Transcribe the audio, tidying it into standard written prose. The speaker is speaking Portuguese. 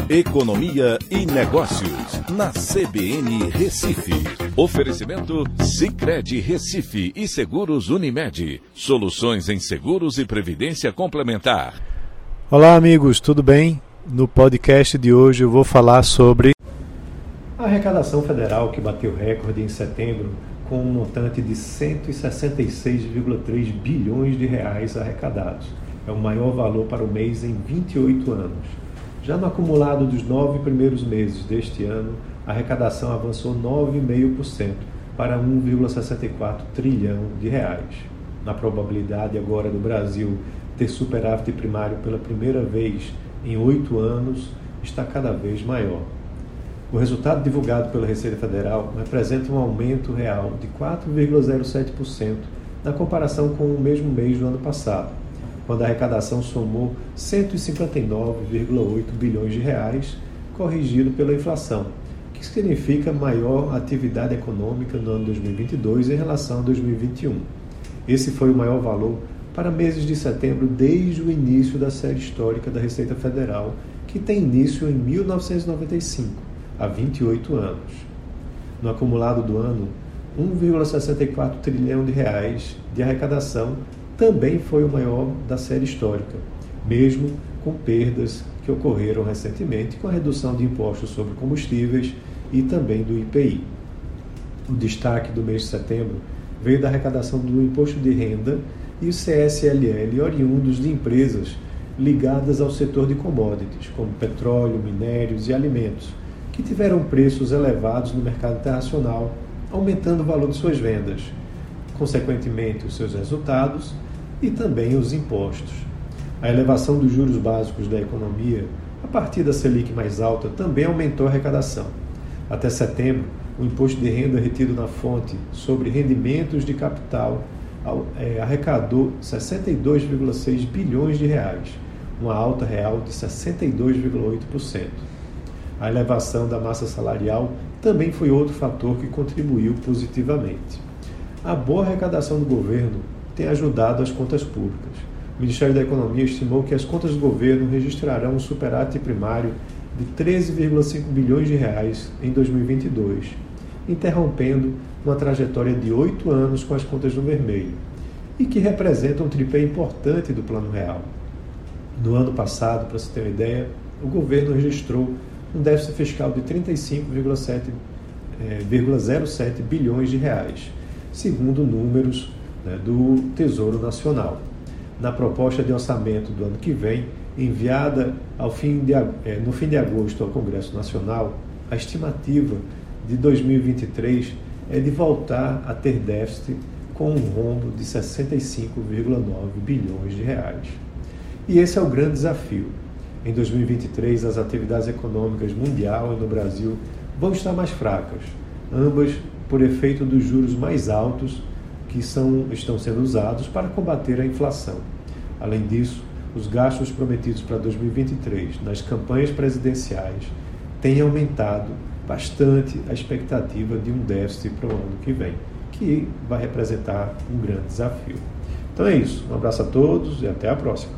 Economia e Negócios, na CBN Recife. Oferecimento Sicredi Recife e Seguros Unimed. Soluções em seguros e previdência complementar. Olá amigos, tudo bem? No podcast de hoje eu vou falar sobre a arrecadação federal que bateu recorde em setembro com um montante de 166,3 bilhões de reais arrecadados. É o maior valor para o mês em 28 anos. Já no acumulado dos 9 primeiros meses deste ano, a arrecadação avançou 9,5% para 1,64 trilhão de reais. Na probabilidade agora do Brasil ter superávit primário pela primeira vez em 8 anos, está cada vez maior. O resultado divulgado pela Receita Federal representa um aumento real de 4,07% na comparação com o mesmo mês do ano passado, quando a arrecadação somou 159,8 bilhões de reais, corrigido pela inflação, que significa maior atividade econômica no ano 2022 em relação a 2021. Esse foi o maior valor para meses de setembro desde o início da série histórica da Receita Federal, que tem início em 1995, há 28 anos. No acumulado do ano, 1,64 trilhão de reais de arrecadação também foi o maior da série histórica, mesmo com perdas que ocorreram recentemente com a redução de impostos sobre combustíveis e também do IPI. O destaque do mês de setembro veio da arrecadação do Imposto de Renda e o CSLL oriundos de empresas ligadas ao setor de commodities, como petróleo, minérios e alimentos, que tiveram preços elevados no mercado internacional, aumentando o valor de suas vendas, consequentemente os seus resultados e também os impostos. A elevação dos juros básicos da economia, a partir da Selic mais alta, também aumentou a arrecadação. Até setembro, o imposto de renda retido na fonte sobre rendimentos de capital arrecadou 62,6 bilhões de reais, uma alta real de 62,8%. A elevação da massa salarial também foi outro fator que contribuiu positivamente. A boa arrecadação do governo tem ajudado as contas públicas. O Ministério da Economia estimou que as contas do governo registrarão um superávit primário de 13,5 bilhões de reais em 2022, interrompendo uma trajetória de 8 anos com as contas no vermelho, e que representa um tripé importante do Plano Real. No ano passado, para se ter uma ideia, o governo registrou um déficit fiscal de 35,07 bilhões de reais, segundo números do Tesouro Nacional. Na proposta de orçamento do ano que vem, enviada no fim de agosto ao Congresso Nacional, a estimativa de 2023 é de voltar a ter déficit com um rombo de 65,9 bilhões de reais. E esse é o grande desafio. Em 2023, as atividades econômicas mundial e no Brasil vão estar mais fracas, ambas por efeito dos juros mais altos que estão sendo usados para combater a inflação. Além disso, os gastos prometidos para 2023 nas campanhas presidenciais têm aumentado bastante a expectativa de um déficit para o ano que vem, que vai representar um grande desafio. Então é isso. Um abraço a todos e até a próxima.